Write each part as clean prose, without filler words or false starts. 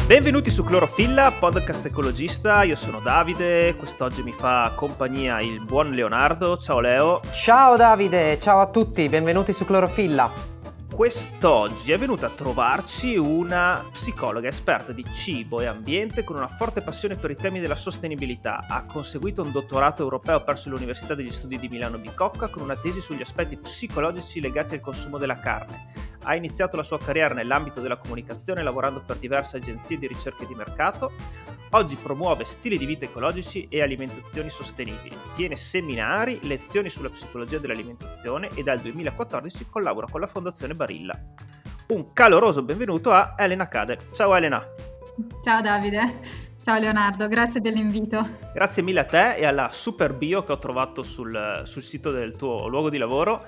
Benvenuti su Clorofilla, podcast ecologista. Io sono Davide, quest'oggi mi fa compagnia il buon Leonardo. Ciao Leo. Ciao Davide, ciao a tutti, benvenuti su Clorofilla. Quest'oggi è venuta a trovarci una psicologa esperta di cibo e ambiente con una forte passione per i temi della sostenibilità. Ha conseguito un dottorato europeo presso l'Università degli Studi di Milano Bicocca con una tesi sugli aspetti psicologici legati al consumo della carne. Ha iniziato la sua carriera nell'ambito della comunicazione lavorando per diverse agenzie di ricerca e di mercato. Oggi promuove stili di vita ecologici e alimentazioni sostenibili. Tiene seminari, lezioni sulla psicologia dell'alimentazione e dal 2014 collabora con la Fondazione Barilla. Un caloroso benvenuto a Elena Cade. Ciao Elena. Ciao Davide. Ciao Leonardo, grazie dell'invito. Grazie mille a te e alla super bio che ho trovato sul sito del tuo luogo di lavoro.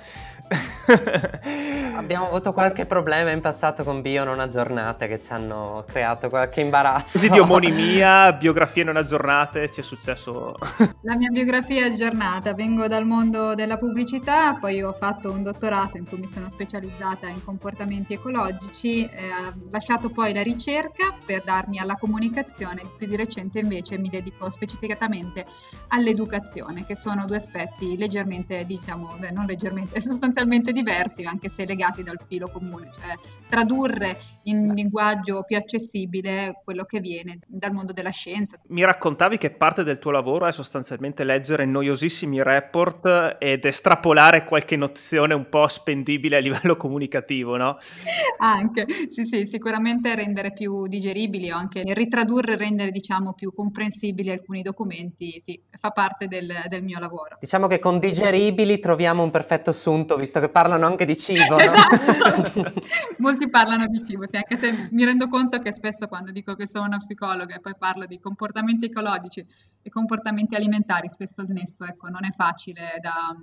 Abbiamo avuto qualche problema in passato con bio non aggiornate che ci hanno creato qualche imbarazzo. Così di omonimia, biografie non aggiornate, ci è successo. La mia biografia è aggiornata, vengo dal mondo della pubblicità, poi ho fatto un dottorato in cui mi sono specializzata in comportamenti ecologici, ho lasciato poi la ricerca per darmi alla comunicazione, più di recente invece mi dedico specificatamente all'educazione, che sono due aspetti leggermente, non leggermente, sostanzialmente diversi, anche se legati dal filo comune, cioè tradurre in un linguaggio più accessibile quello che viene dal mondo della scienza. Mi raccontavi che parte del tuo lavoro è sostanzialmente leggere noiosissimi report ed estrapolare qualche nozione un po' spendibile a livello comunicativo, no? Anche, sì, sicuramente rendere più digeribili o anche ritradurre e rendere, più comprensibili alcuni documenti, sì, fa parte del mio lavoro. Diciamo che con digeribili troviamo un perfetto assunto, visto che parlano anche di cibo, no? Esatto. Molti parlano di cibo, sì, anche se mi rendo conto che spesso quando dico che sono una psicologa e poi parlo di comportamenti ecologici e comportamenti alimentari, spesso il nesso, ecco, non è facile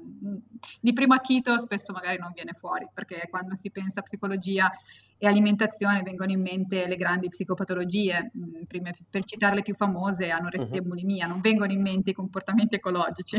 di primo acchito, spesso magari non viene fuori, perché quando si pensa a psicologia e alimentazione vengono in mente le grandi psicopatologie, prima, per citare le più famose, anoressia e bulimia, non vengono in mente i comportamenti ecologici.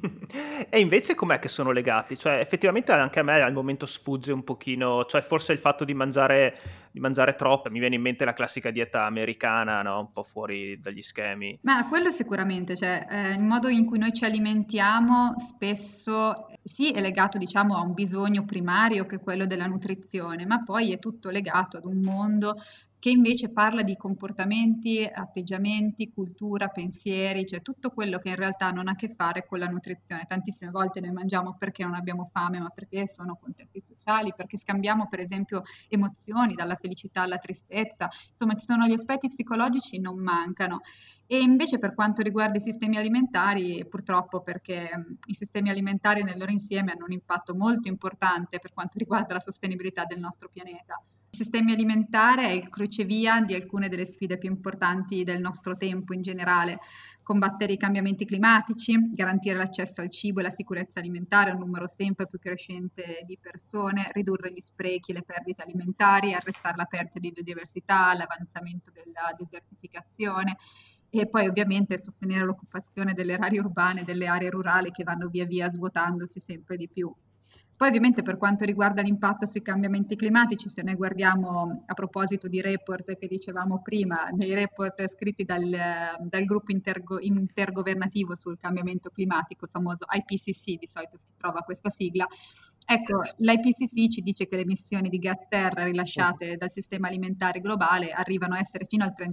E invece com'è che sono legati? Cioè effettivamente anche a me al momento sfugge un pochino, cioè forse il fatto di mangiare troppo, mi viene in mente la classica dieta americana, no? Un po' fuori dagli schemi. Ma quello sicuramente, cioè il modo in cui noi ci alimentiamo spesso sì è legato a un bisogno primario che è quello della nutrizione, ma poi è tutto legato ad un mondo che invece parla di comportamenti, atteggiamenti, cultura, pensieri, cioè tutto quello che in realtà non ha a che fare con la nutrizione. Tantissime volte noi mangiamo perché non abbiamo fame, ma perché sono contesti sociali, perché scambiamo per esempio emozioni, dalla felicità alla tristezza, insomma ci sono gli aspetti psicologici non mancano. E invece per quanto riguarda i sistemi alimentari, purtroppo perché i sistemi alimentari nel loro insieme hanno un impatto molto importante per quanto riguarda la sostenibilità del nostro pianeta. Il sistema alimentare è il crocevia di alcune delle sfide più importanti del nostro tempo in generale. Combattere i cambiamenti climatici, garantire l'accesso al cibo e la sicurezza alimentare a un numero sempre più crescente di persone, ridurre gli sprechi e le perdite alimentari, arrestare la perdita di biodiversità, l'avanzamento della desertificazione e poi ovviamente sostenere l'occupazione delle aree urbane, delle aree rurali che vanno via via svuotandosi sempre di più. Poi ovviamente per quanto riguarda l'impatto sui cambiamenti climatici, se noi guardiamo a proposito di report che dicevamo prima, dei report scritti dal gruppo intergovernativo sul cambiamento climatico, il famoso IPCC, di solito si trova questa sigla, ecco, l'IPCC ci dice che le emissioni di gas serra rilasciate dal sistema alimentare globale arrivano a essere fino al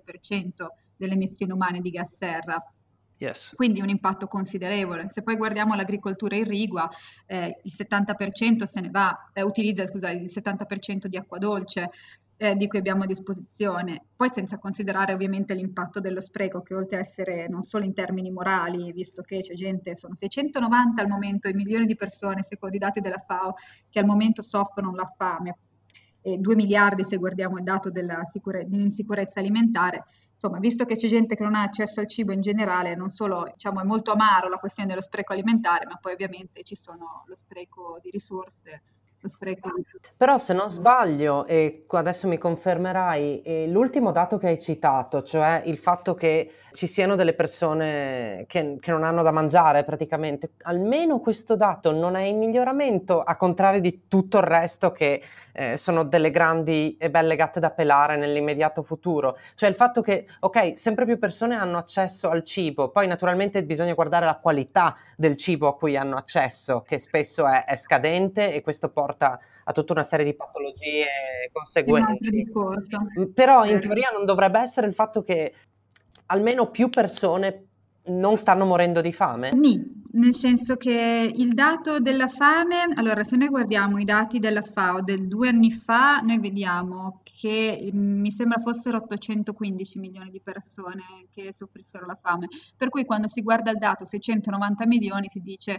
37% delle emissioni umane di gas serra. Yes. Quindi un impatto considerevole. Se poi guardiamo l'agricoltura irrigua, il 70% se ne va, utilizza il 70% di acqua dolce di cui abbiamo a disposizione, poi senza considerare ovviamente l'impatto dello spreco che oltre a essere non solo in termini morali, visto che c'è gente, sono 690 al momento e milioni di persone, secondo i dati della FAO, che al momento soffrono la fame, e 2 miliardi se guardiamo il dato dell'insicurezza alimentare. Insomma, visto che c'è gente che non ha accesso al cibo in generale, non solo è molto amaro la questione dello spreco alimentare, ma poi ovviamente ci sono lo spreco di risorse lo spreco di cibo. Però se non sbaglio, e adesso mi confermerai, l'ultimo dato che hai citato, cioè il fatto che ci siano delle persone che non hanno da mangiare praticamente, almeno questo dato non è in miglioramento, a contrario di tutto il resto che sono delle grandi e belle gatte da pelare nell'immediato futuro. Cioè il fatto che, ok, sempre più persone hanno accesso al cibo, poi naturalmente bisogna guardare la qualità del cibo a cui hanno accesso, che spesso è scadente e questo porta a tutta una serie di patologie È un altro conseguenti. discorso. Però in Vero. teoria non dovrebbe essere il fatto che almeno più persone non stanno morendo di fame? Nì, nel senso che il dato della fame, allora se noi guardiamo i dati della FAO del 2 anni fa, noi vediamo che mi sembra fossero 815 milioni di persone che soffrissero la fame, per cui quando si guarda il dato 690 milioni si dice,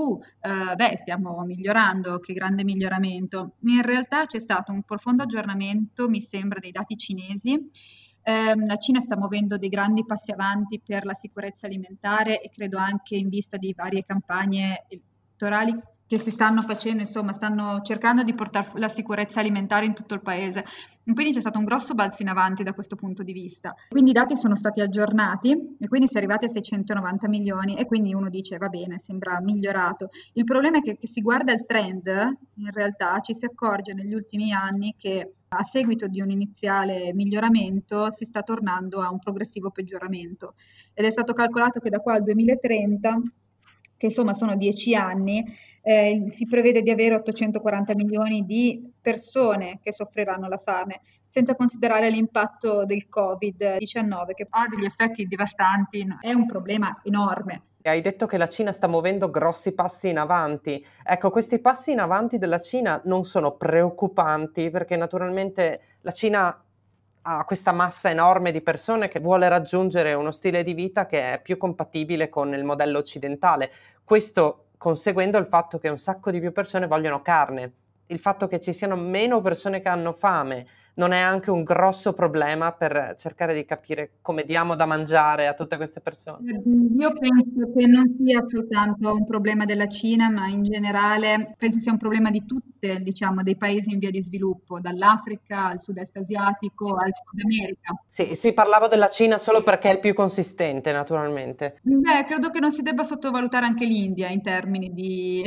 beh, stiamo migliorando, che grande miglioramento. In realtà c'è stato un profondo aggiornamento, mi sembra, dei dati cinesi. La Cina sta muovendo dei grandi passi avanti per la sicurezza alimentare e credo anche in vista di varie campagne elettorali che si stanno facendo, insomma, stanno cercando di portare la sicurezza alimentare in tutto il paese. Quindi c'è stato un grosso balzo in avanti da questo punto di vista. Quindi i dati sono stati aggiornati e quindi si è arrivati a 690 milioni e quindi uno dice va bene, sembra migliorato. Il problema è che si guarda il trend, in realtà ci si accorge negli ultimi anni che a seguito di un iniziale miglioramento si sta tornando a un progressivo peggioramento ed è stato calcolato che da qua al 2030, che insomma sono 10 anni, si prevede di avere 840 milioni di persone che soffriranno la fame, senza considerare l'impatto del Covid-19 che ha degli effetti devastanti, è un problema enorme. Hai detto che la Cina sta muovendo grossi passi in avanti. Ecco, questi passi in avanti della Cina non sono preoccupanti perché naturalmente la Cina ha questa massa enorme di persone che vuole raggiungere uno stile di vita che è più compatibile con il modello occidentale. Questo conseguendo il fatto che un sacco di più persone vogliono carne. Il fatto che ci siano meno persone che hanno fame non è anche un grosso problema per cercare di capire come diamo da mangiare a tutte queste persone. Io penso che non sia soltanto un problema della Cina, ma in generale penso sia un problema di tutte, diciamo, dei paesi in via di sviluppo, dall'Africa al sud-est asiatico al Sud America. Sì, parlavo della Cina solo perché è il più consistente, naturalmente. Beh, credo che non si debba sottovalutare anche l'India in termini di...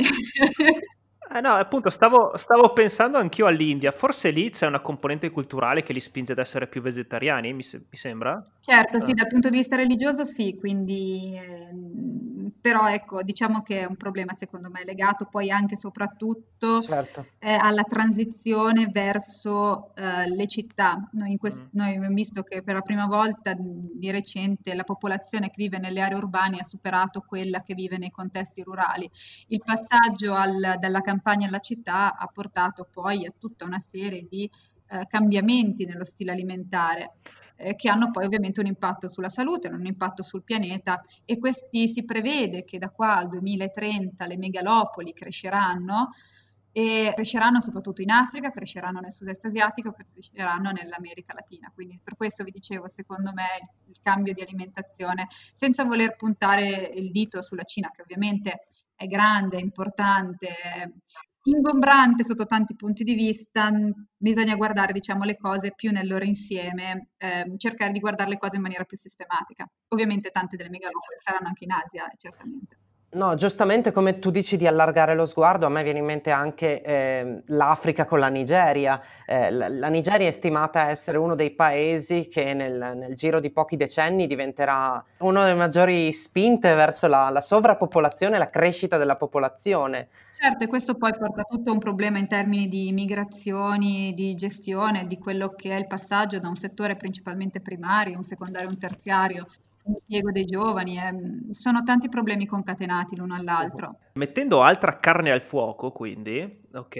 No, appunto, stavo pensando anch'io all'India. Forse lì c'è una componente culturale che li spinge ad essere più vegetariani, mi sembra. Certo, sì, Ah. dal punto di vista religioso sì, quindi, però ecco, diciamo che è un problema secondo me legato poi anche e soprattutto Certo. alla transizione verso le città. Mm. Noi abbiamo visto che per la prima volta di recente la popolazione che vive nelle aree urbane ha superato quella che vive nei contesti rurali. Il passaggio dalla campagna alla città ha portato poi a tutta una serie di cambiamenti nello stile alimentare che hanno poi ovviamente un impatto sulla salute, un impatto sul pianeta e questi si prevede che da qua al 2030 le megalopoli cresceranno e cresceranno soprattutto in Africa, cresceranno nel sud-est asiatico, cresceranno nell'America Latina. Quindi per questo vi dicevo, secondo me il cambio di alimentazione, senza voler puntare il dito sulla Cina, che ovviamente è grande, è importante, è ingombrante sotto tanti punti di vista, bisogna guardare, diciamo, le cose più nel loro insieme, cercare di guardare le cose in maniera più sistematica. Ovviamente tante delle megalopoli saranno anche in Asia, certamente. No, giustamente come tu dici di allargare lo sguardo, a me viene in mente anche l'Africa con la Nigeria. La Nigeria è stimata essere uno dei paesi che nel giro di pochi decenni diventerà una delle maggiori spinte verso la sovrappopolazione e la crescita della popolazione. Certo, e questo poi porta tutto un problema in termini di migrazioni, di gestione, di quello che è il passaggio da un settore principalmente primario, un secondario, un terziario, l'impiego dei giovani. Sono tanti problemi concatenati l'uno all'altro. Mettendo altra carne al fuoco, quindi, ok.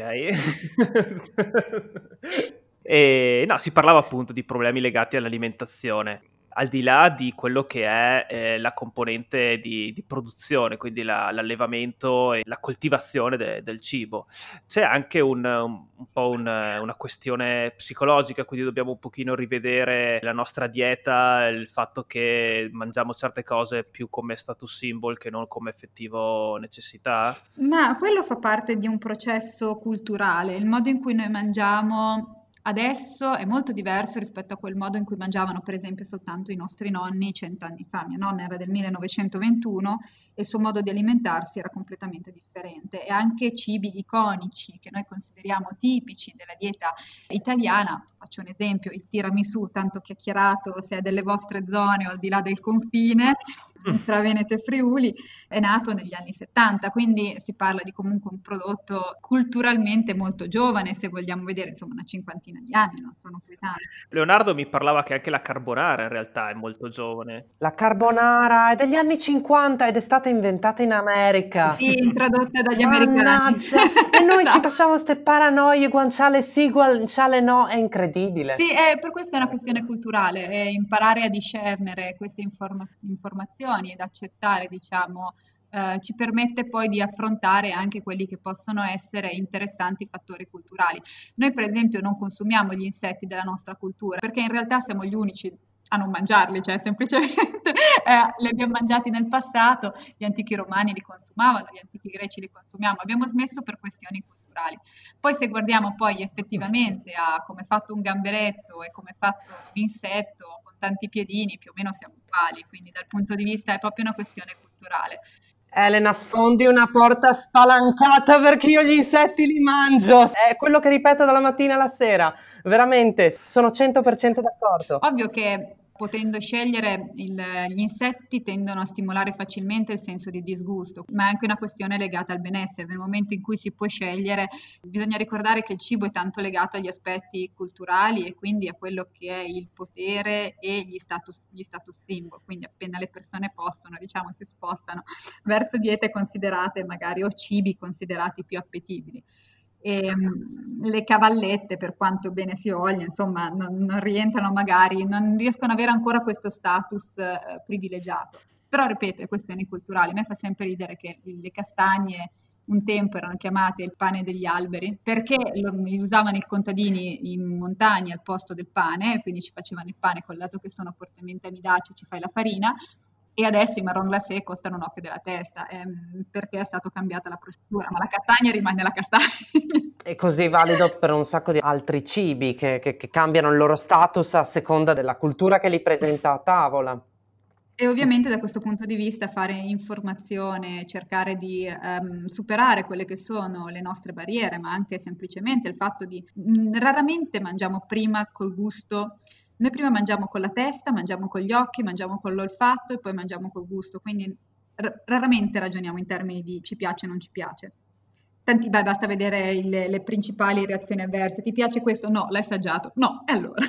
E no, si parlava appunto di problemi legati all'alimentazione. al di là di quello che è la componente di produzione, quindi l'allevamento e la coltivazione del cibo. C'è anche un po' una questione psicologica, quindi dobbiamo un pochino rivedere la nostra dieta, il fatto che mangiamo certe cose più come status symbol che non come effettivo necessità. Ma quello fa parte di un processo culturale. Il modo in cui noi mangiamo adesso è molto diverso rispetto a quel modo in cui mangiavano, per esempio, soltanto i nostri nonni 100 anni fa. Mia nonna era del 1921 e il suo modo di alimentarsi era completamente differente. E anche cibi iconici che noi consideriamo tipici della dieta italiana, faccio un esempio, il tiramisù, tanto chiacchierato, se è delle vostre zone o al di là del confine, tra Veneto e Friuli, è nato negli anni 70, quindi si parla di comunque un prodotto culturalmente molto giovane, se vogliamo vedere, insomma, una cinquantina di anni, non sono più tanti. Leonardo mi parlava che anche la carbonara in realtà è molto giovane. La carbonara è degli anni 50 ed è stata inventata in America. Sì, introdotta dagli americani. Mannaggia! E noi ci Esatto. facciamo ste paranoie, guanciale sì, guanciale no, è incredibile. Sì, per questo è una questione culturale, imparare a discernere queste informazioni ed accettare, diciamo, ci permette poi di affrontare anche quelli che possono essere interessanti fattori culturali. Noi, per esempio, non consumiamo gli insetti della nostra cultura, perché in realtà siamo gli unici a non mangiarli, cioè semplicemente li abbiamo mangiati nel passato, gli antichi romani li consumavano, gli antichi greci li consumiamo, abbiamo smesso per questioni culturali. Poi se guardiamo poi effettivamente a come è fatto un gamberetto e come è fatto un insetto con tanti piedini, più o meno siamo uguali, quindi dal punto di vista è proprio una questione culturale. Elena, sfondi una porta spalancata perché io gli insetti li mangio. È quello che ripeto dalla mattina alla sera. Veramente, sono 100% d'accordo. Ovvio che potendo scegliere gli insetti tendono a stimolare facilmente il senso di disgusto, ma è anche una questione legata al benessere. Nel momento in cui si può scegliere, bisogna ricordare che il cibo è tanto legato agli aspetti culturali e quindi a quello che è il potere e gli status symbol. Quindi appena le persone possono, diciamo, si spostano verso diete considerate magari o cibi considerati più appetibili. E le cavallette, per quanto bene si voglia, insomma, non rientrano magari, non riescono ad avere ancora questo status privilegiato. Però, ripeto, è questioni culturali. A me fa sempre ridere che le castagne un tempo erano chiamate il pane degli alberi perché usavano i contadini in montagna al posto del pane, quindi ci facevano il pane col dato che sono fortemente amidaci, ci fai la farina. E adesso i marron glacé costano un occhio della testa, perché è stata cambiata la procedura, ma la castagna rimane la castagna. E così valido per un sacco di altri cibi che cambiano il loro status a seconda della cultura che li presenta a tavola. E ovviamente da questo punto di vista fare informazione, cercare di superare quelle che sono le nostre barriere, ma anche semplicemente il fatto di raramente mangiamo prima col gusto. Noi prima mangiamo con la testa, mangiamo con gli occhi, mangiamo con l'olfatto e poi mangiamo col gusto, quindi raramente ragioniamo in termini di ci piace o non ci piace. Basta vedere le principali reazioni avverse. Ti piace questo? No, l'hai assaggiato? No, e allora?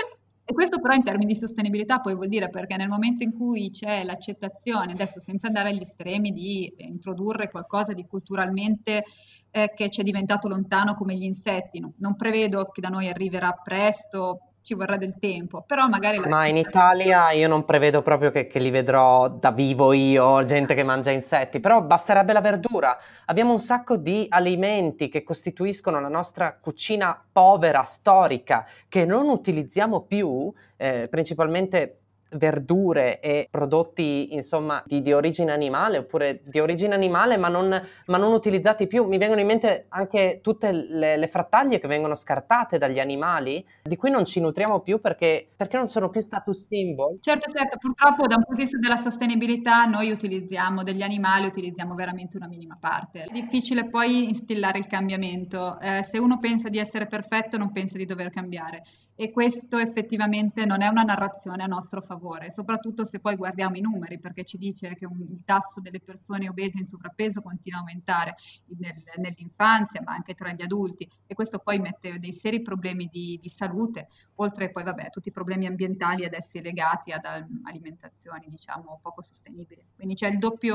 E questo però in termini di sostenibilità poi vuol dire perché nel momento in cui c'è l'accettazione, adesso senza andare agli estremi di introdurre qualcosa di culturalmente che ci è diventato lontano come gli insetti, non prevedo che da noi arriverà presto, ci vorrà del tempo, però magari Ma in Italia io non prevedo proprio che li vedrò da vivo io, gente che mangia insetti, però basterebbe la verdura. Abbiamo un sacco di alimenti che costituiscono la nostra cucina povera, storica, che non utilizziamo più, principalmente verdure e prodotti, insomma, di origine animale, oppure di origine animale ma non utilizzati più. Mi vengono in mente anche tutte le frattaglie che vengono scartate dagli animali, di cui non ci nutriamo più perché non sono più status symbol. Certo, purtroppo da un punto di vista della sostenibilità noi utilizziamo degli animali, utilizziamo veramente una minima parte. È difficile poi instillare il cambiamento. Se uno pensa di essere perfetto, non pensa di dover cambiare. E questo effettivamente non è una narrazione a nostro favore, soprattutto se poi guardiamo i numeri, perché ci dice che il tasso delle persone obese in sovrappeso continua a aumentare nell'infanzia, ma anche tra gli adulti, e questo poi mette dei seri problemi di salute, oltre poi, vabbè, tutti i problemi ambientali ad essi legati ad alimentazioni, diciamo, poco sostenibili. Quindi c'è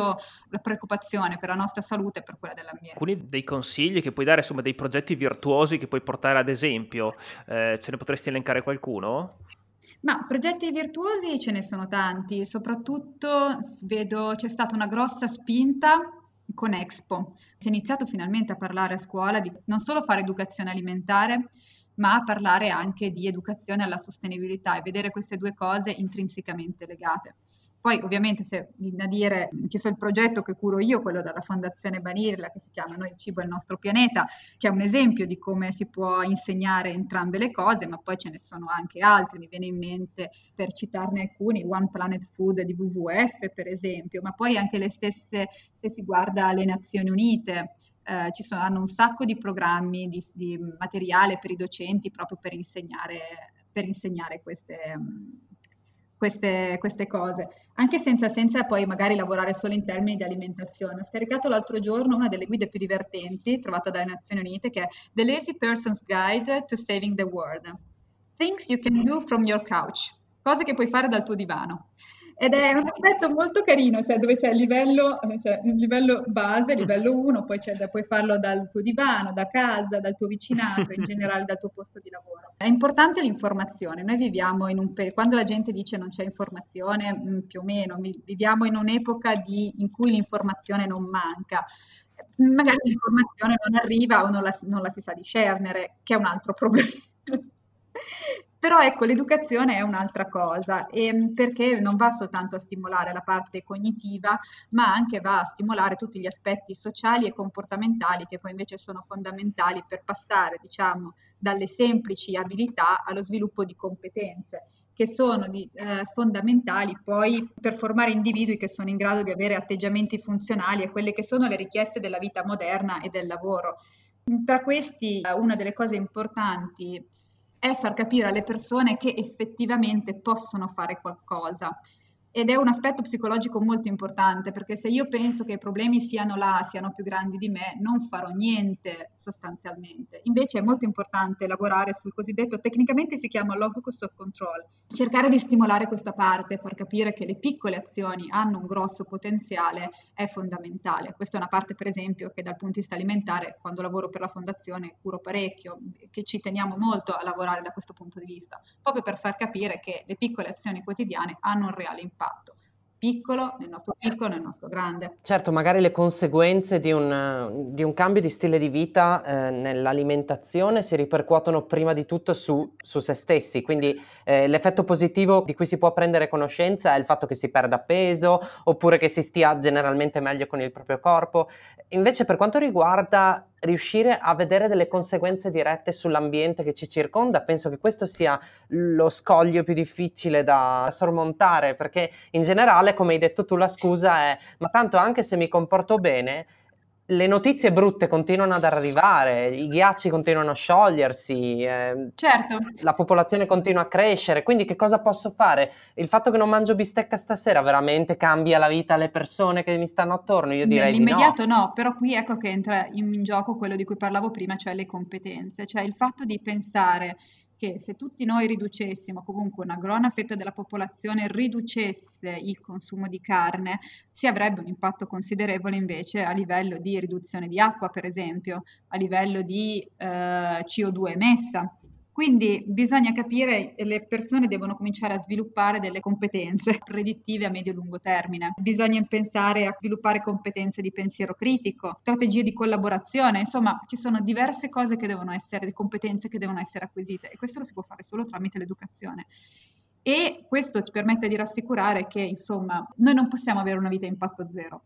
la preoccupazione per la nostra salute e per quella dell'ambiente. Alcuni dei consigli che puoi dare, insomma, dei progetti virtuosi che puoi portare ad esempio, ce ne potresti elencare qualcuno? Ma progetti virtuosi ce ne sono tanti, soprattutto vedo c'è stata una grossa spinta con Expo. Si è iniziato finalmente a parlare a scuola di non solo fare educazione alimentare, ma a parlare anche di educazione alla sostenibilità e vedere queste due cose intrinsecamente legate. Poi ovviamente se da dire che so il progetto che curo io, quello della Fondazione Banirla, che si chiama Noi il cibo è il nostro pianeta, che è un esempio di come si può insegnare entrambe le cose, ma poi ce ne sono anche altri, mi viene in mente per citarne alcuni, One Planet Food di WWF per esempio, ma poi anche le stesse, se si guarda le Nazioni Unite, hanno un sacco di programmi, di materiale per i docenti proprio per insegnare queste cose, anche senza poi magari lavorare solo in termini di alimentazione. Ho scaricato l'altro giorno una delle guide più divertenti trovata dalle Nazioni Unite che è The Lazy Person's Guide to Saving the World. Things you can do from your couch, cose che puoi fare dal tuo divano. Ed è un aspetto molto carino, cioè dove c'è il livello base, il livello 1, poi puoi farlo dal tuo divano, da casa, dal tuo vicinato, in generale dal tuo posto di lavoro. È importante l'informazione. Noi viviamo in un periodo, quando la gente dice non c'è informazione, più o meno, viviamo in un'epoca in cui l'informazione non manca. Magari l'informazione non arriva o non la si sa discernere, che è un altro problema. Però ecco, l'educazione è un'altra cosa, perché non va soltanto a stimolare la parte cognitiva, ma anche va a stimolare tutti gli aspetti sociali e comportamentali che poi invece sono fondamentali per passare, diciamo, dalle semplici abilità allo sviluppo di competenze che sono fondamentali poi per formare individui che sono in grado di avere atteggiamenti funzionali a quelle che sono le richieste della vita moderna e del lavoro. Tra questi, una delle cose importanti è far capire alle persone che effettivamente possono fare qualcosa. Ed è un aspetto psicologico molto importante, perché se io penso che i problemi siano là, siano più grandi di me, non farò niente sostanzialmente. Invece è molto importante lavorare sul cosiddetto, tecnicamente si chiama locus of control, cercare di stimolare questa parte, far capire che le piccole azioni hanno un grosso potenziale è fondamentale. Questa è una parte, per esempio, che dal punto di vista alimentare, quando lavoro per la fondazione, curo parecchio, che ci teniamo molto a lavorare da questo punto di vista, proprio per far capire che le piccole azioni quotidiane hanno un reale impatto. Piccolo, nel nostro grande. Certo, magari le conseguenze di un cambio di stile di vita nell'alimentazione si ripercuotono prima di tutto su se stessi, quindi l'effetto positivo di cui si può prendere conoscenza è il fatto che si perda peso oppure che si stia generalmente meglio con il proprio corpo. Invece per quanto riguarda riuscire a vedere delle conseguenze dirette sull'ambiente che ci circonda, penso che questo sia lo scoglio più difficile da sormontare, perché in generale, come hai detto tu, la scusa è ma tanto anche se mi comporto bene, le notizie brutte continuano ad arrivare, i ghiacci continuano a sciogliersi, Certo. la popolazione continua a crescere, quindi che cosa posso fare? Il fatto che non mangio bistecca stasera veramente cambia la vita alle persone che mi stanno attorno? Io direi di no. Nell'immediato no, però qui ecco che entra in gioco quello di cui parlavo prima, cioè le competenze, cioè il fatto di pensare che se tutti noi riducessimo, comunque una gronna fetta della popolazione riducesse il consumo di carne, si avrebbe un impatto considerevole invece a livello di riduzione di acqua, per esempio, a livello di CO2 emessa. Quindi bisogna capire, le persone devono cominciare a sviluppare delle competenze predittive a medio e lungo termine. Bisogna pensare a sviluppare competenze di pensiero critico, strategie di collaborazione, insomma, ci sono diverse cose che devono essere, competenze che devono essere acquisite e questo lo si può fare solo tramite l'educazione. E questo ci permette di rassicurare che, insomma, noi non possiamo avere una vita a impatto zero.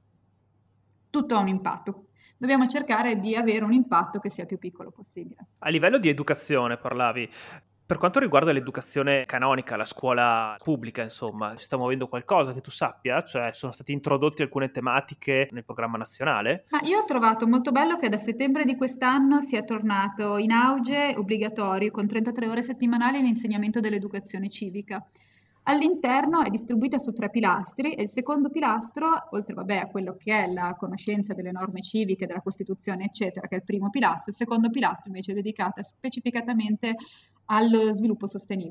Tutto ha un impatto. Dobbiamo cercare di avere un impatto che sia il più piccolo possibile. A livello di educazione parlavi. Per quanto riguarda l'educazione canonica, la scuola pubblica, insomma, si sta muovendo qualcosa che tu sappia? Cioè, sono state introdotte alcune tematiche nel programma nazionale? Ma io ho trovato molto bello che da settembre di quest'anno sia tornato in auge obbligatorio con 33 ore settimanali l'insegnamento dell'educazione civica. All'interno è distribuita su 3 pilastri e il secondo pilastro, oltre vabbè, a quello che è la conoscenza delle norme civiche, della Costituzione, eccetera, che è il primo pilastro, il secondo pilastro invece è dedicato specificatamente allo sviluppo sostenibile.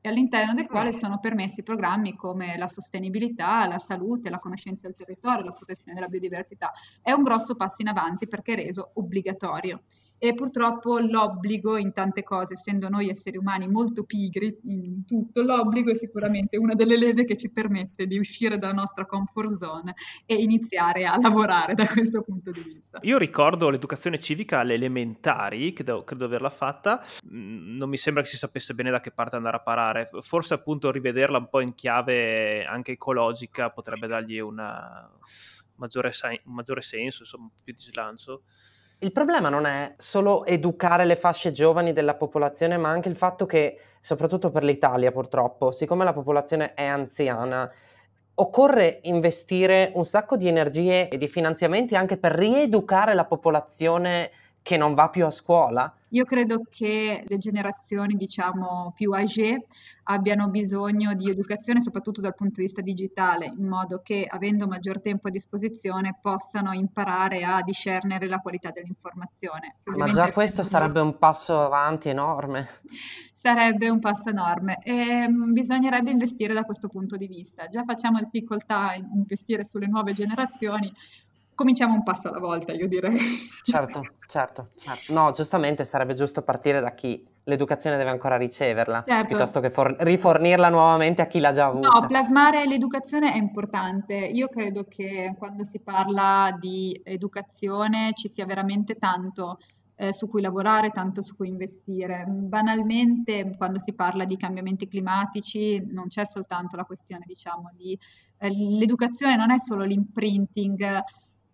e all'interno del quale sono permessi programmi come la sostenibilità, la salute, la conoscenza del territorio, la protezione della biodiversità. È un grosso passo in avanti perché è reso obbligatorio. E purtroppo l'obbligo in tante cose, essendo noi esseri umani molto pigri in tutto, l'obbligo è sicuramente una delle leve che ci permette di uscire dalla nostra comfort zone e iniziare a lavorare da questo punto di vista. Io ricordo l'educazione civica alle elementari, credo di averla fatta, non mi sembra che si sapesse bene da che parte andare a parare, forse appunto rivederla un po' in chiave anche ecologica potrebbe dargli un maggiore senso, insomma, più di slancio. Il problema non è solo educare le fasce giovani della popolazione, ma anche il fatto che, soprattutto per l'Italia purtroppo, siccome la popolazione è anziana, occorre investire un sacco di energie e di finanziamenti anche per rieducare la popolazione che non va più a scuola. Io credo che le generazioni, diciamo, più âgée abbiano bisogno di educazione soprattutto dal punto di vista digitale, in modo che, avendo maggior tempo a disposizione, possano imparare a discernere la qualità dell'informazione. Ma già questo sarebbe un passo avanti enorme. Sarebbe un passo enorme e bisognerebbe investire da questo punto di vista. Già facciamo difficoltà a investire sulle nuove generazioni, cominciamo un passo alla volta, io direi. Certo. No, giustamente sarebbe giusto partire da chi l'educazione deve ancora riceverla, Certo. piuttosto che rifornirla nuovamente a chi l'ha già No, avuta. plasmare l'educazione è importante. Io credo che quando si parla di educazione ci sia veramente tanto su cui lavorare, tanto su cui investire. Banalmente, quando si parla di cambiamenti climatici, non c'è soltanto la questione, diciamo, di l'educazione non è solo l'imprinting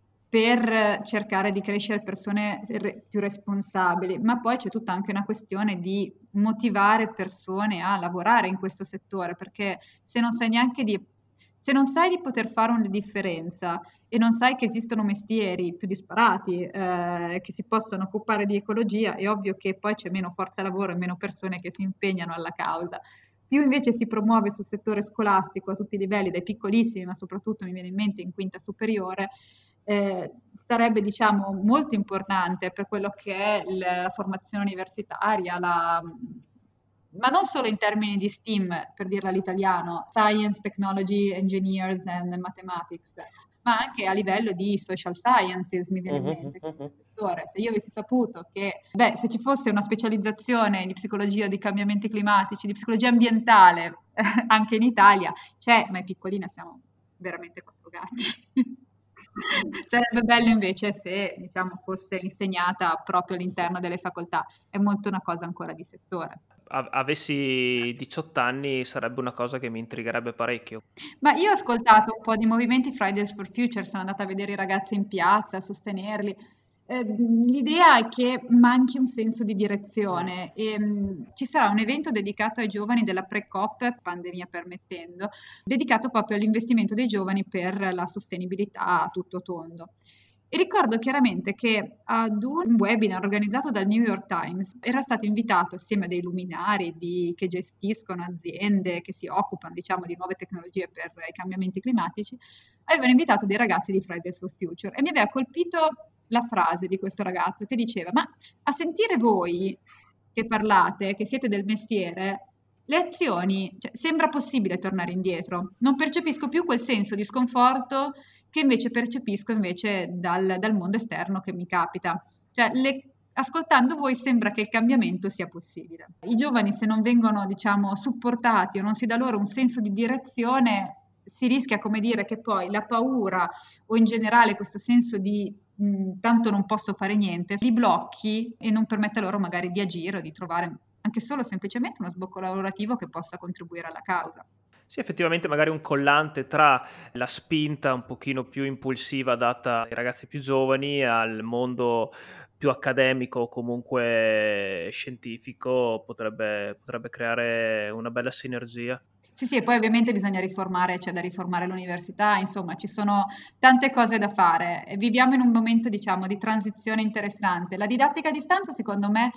per cercare di crescere persone più responsabili, ma poi c'è tutta anche una questione di motivare persone a lavorare in questo settore, perché se non sai neanche se non sai di poter fare una differenza e non sai che esistono mestieri più disparati che si possono occupare di ecologia, è ovvio che poi c'è meno forza lavoro e meno persone che si impegnano alla causa. Più invece si promuove sul settore scolastico a tutti i livelli, dai piccolissimi, ma soprattutto mi viene in mente in quinta superiore, sarebbe diciamo molto importante per quello che è la formazione universitaria, ma non solo in termini di STEAM, per dirla all'italiano, Science, Technology, Engineers and Mathematics, ma anche a livello di social sciences, mi viene in mente questo settore. Se io avessi saputo che, se ci fosse una specializzazione di psicologia di cambiamenti climatici, di psicologia ambientale, anche in Italia, c'è, ma è piccolina, siamo veramente quattro gatti. Sarebbe bello invece se, diciamo, fosse insegnata proprio all'interno delle facoltà. È molto una cosa ancora di settore. Avessi 18 anni sarebbe una cosa che mi intrigherebbe parecchio. Ma io ho ascoltato un po' di movimenti Fridays for Future, sono andata a vedere i ragazzi in piazza, a sostenerli. L'idea è che manchi un senso di direzione e ci sarà un evento dedicato ai giovani della pre-COP, pandemia permettendo, dedicato proprio all'investimento dei giovani per la sostenibilità a tutto tondo. E ricordo chiaramente che ad un webinar organizzato dal New York Times era stato invitato assieme a dei luminari che gestiscono aziende che si occupano, diciamo, di nuove tecnologie per i cambiamenti climatici, avevano invitato dei ragazzi di Fridays for Future e mi aveva colpito la frase di questo ragazzo che diceva: ma a sentire voi che parlate, che siete del mestiere, le azioni, cioè, sembra possibile tornare indietro. Non percepisco più quel senso di sconforto che invece percepisco invece dal mondo esterno che mi capita. Cioè, ascoltando voi sembra che il cambiamento sia possibile. I giovani, se non vengono, diciamo, supportati o non si dà loro un senso di direzione, si rischia, come dire, che poi la paura o in generale questo senso di tanto non posso fare niente, li blocchi e non permette loro magari di agire o di trovare anche solo semplicemente uno sbocco lavorativo che possa contribuire alla causa. Sì, effettivamente magari un collante tra la spinta un pochino più impulsiva data ai ragazzi più giovani al mondo più accademico o comunque scientifico potrebbe creare una bella sinergia. Sì, e poi ovviamente bisogna riformare, c'è da riformare l'università, insomma, ci sono tante cose da fare. Viviamo in un momento, diciamo, di transizione interessante. La didattica a distanza, secondo me,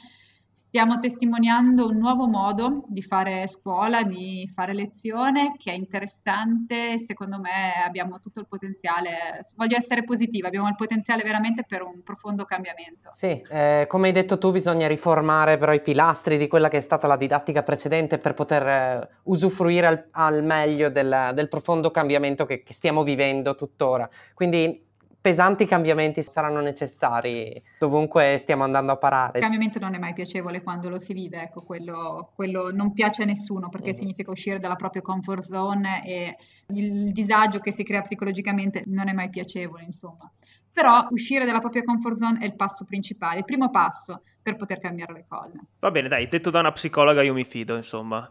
Stiamo testimoniando un nuovo modo di fare scuola, di fare lezione, che è interessante. Secondo me abbiamo tutto il potenziale, voglio essere positiva, abbiamo il potenziale veramente per un profondo cambiamento. Sì, come hai detto tu, bisogna riformare però i pilastri di quella che è stata la didattica precedente per poter usufruire al meglio del profondo cambiamento che stiamo vivendo tuttora. Quindi pesanti cambiamenti saranno necessari dovunque stiamo andando a parare. Il cambiamento non è mai piacevole quando lo si vive, ecco, quello non piace a nessuno perché significa uscire dalla propria comfort zone e il disagio che si crea psicologicamente non è mai piacevole, insomma. Però uscire dalla propria comfort zone è il passo principale, il primo passo per poter cambiare le cose. Va bene, dai, detto da una psicologa io mi fido, insomma.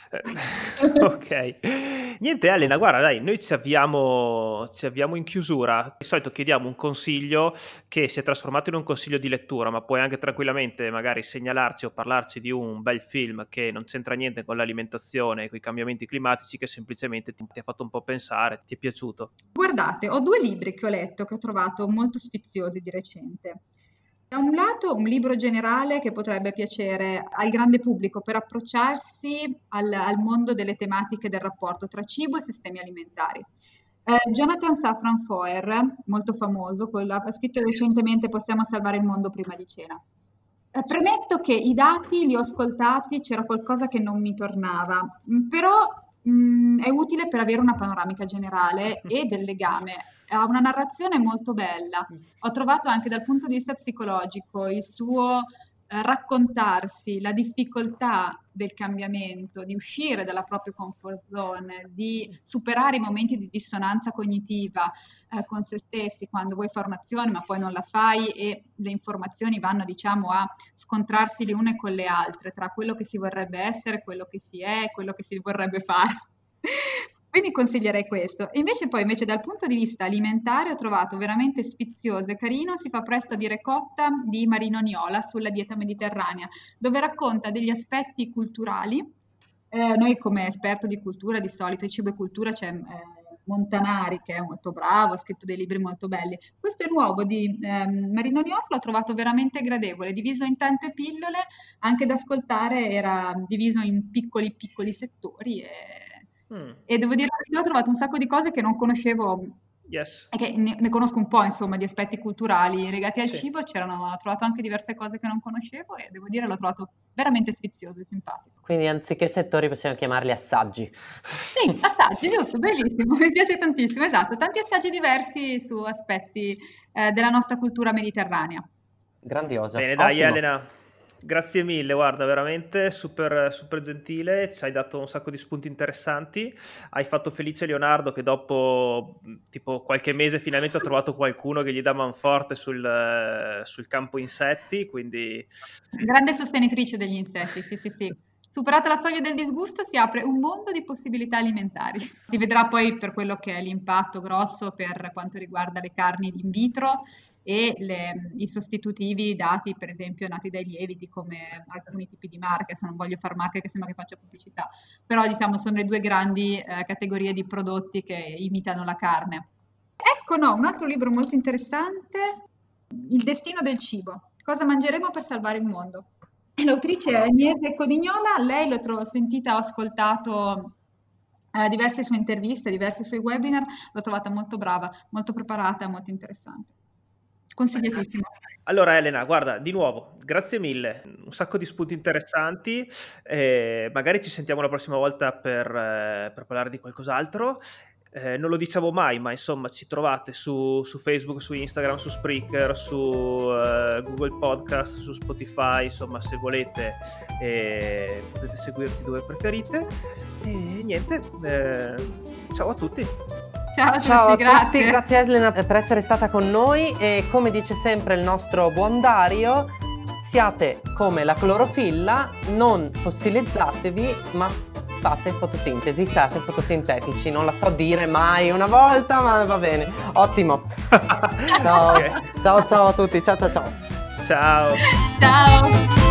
Ok. Niente, Elena, guarda, dai, noi ci avviamo in chiusura. Di solito chiediamo un consiglio che si è trasformato in un consiglio di lettura, ma puoi anche tranquillamente magari segnalarci o parlarci di un bel film che non c'entra niente con l'alimentazione e con i cambiamenti climatici, che semplicemente ti ha fatto un po' pensare, ti è piaciuto. Guardate, ho 2 libri che ho letto, che ho trovato molto sfiziosi di recente. Da un lato un libro generale che potrebbe piacere al grande pubblico per approcciarsi al mondo delle tematiche del rapporto tra cibo e sistemi alimentari. Jonathan Safran Foer, molto famoso, ha scritto recentemente Possiamo salvare il mondo prima di cena. Premetto che i dati li ho ascoltati, c'era qualcosa che non mi tornava, però è utile per avere una panoramica generale e del legame. Ha una narrazione molto bella. Ho trovato anche dal punto di vista psicologico il suo raccontarsi, la difficoltà del cambiamento, di uscire dalla propria comfort zone, di superare i momenti di dissonanza cognitiva con se stessi quando vuoi fare un'azione ma poi non la fai e le informazioni vanno, diciamo, a scontrarsi le une con le altre tra quello che si vorrebbe essere, quello che si è, quello che si vorrebbe fare. Quindi consiglierei questo. E invece dal punto di vista alimentare ho trovato veramente sfizioso e carino Si fa presto a dire cotta di Marino Niola sulla dieta mediterranea, dove racconta degli aspetti culturali. Noi come esperto di cultura, di solito, di cibo e cultura c'è Montanari che è molto bravo, ha scritto dei libri molto belli. Questo è nuovo di Marino Niola, l'ho trovato veramente gradevole, diviso in tante pillole, anche da ascoltare era diviso in piccoli settori e devo dire che ho trovato un sacco di cose che non conoscevo Yes. e che ne conosco un po', insomma, di aspetti culturali legati al Sì. cibo, ho trovato anche diverse cose che non conoscevo e devo dire l'ho trovato veramente sfizioso e simpatico. Quindi anziché settori possiamo chiamarli assaggi. Sì, assaggi, giusto, bellissimo, mi piace tantissimo, esatto, tanti assaggi diversi su aspetti della nostra cultura mediterranea. Grandioso. Bene, dai, Ottimo. Elena, grazie mille, guarda, veramente super, super gentile, ci hai dato un sacco di spunti interessanti, hai fatto felice Leonardo che dopo tipo qualche mese finalmente ha trovato qualcuno che gli dà manforte sul campo insetti, quindi... Grande sostenitrice degli insetti, sì, sì, sì. Superata la soglia del disgusto si apre un mondo di possibilità alimentari. Si vedrà poi per quello che è l'impatto grosso per quanto riguarda le carni in vitro e i sostitutivi dati, per esempio, nati dai lieviti, come alcuni tipi di marche. Se non voglio far marche che sembra che faccia pubblicità, però diciamo sono le 2 grandi categorie di prodotti che imitano la carne. Ecco, no, un altro libro molto interessante, Il destino del cibo. Cosa mangeremo per salvare il mondo? L'autrice è Agnese Codignola, lei l'ho sentita, ho ascoltato diverse sue interviste, diversi suoi webinar, l'ho trovata molto brava, molto preparata, molto interessante. Consigliatissimo. Allora Elena, guarda, di nuovo, grazie mille, un sacco di spunti interessanti, magari ci sentiamo la prossima volta per parlare di qualcos'altro. Non lo dicevo mai, ma insomma ci trovate su Facebook, su Instagram, su Spreaker, su Google Podcast, su Spotify, insomma se volete potete seguirci dove preferite. E niente, ciao a tutti. Ciao a tutti, grazie. Grazie Elena per essere stata con noi e come dice sempre il nostro buon Dario, siate come la clorofilla, non fossilizzatevi ma fate fotosintesi, siate fotosintetici, non la so dire mai una volta ma va bene, ottimo. Ciao, Okay. ciao a tutti, ciao. Ciao. Ciao.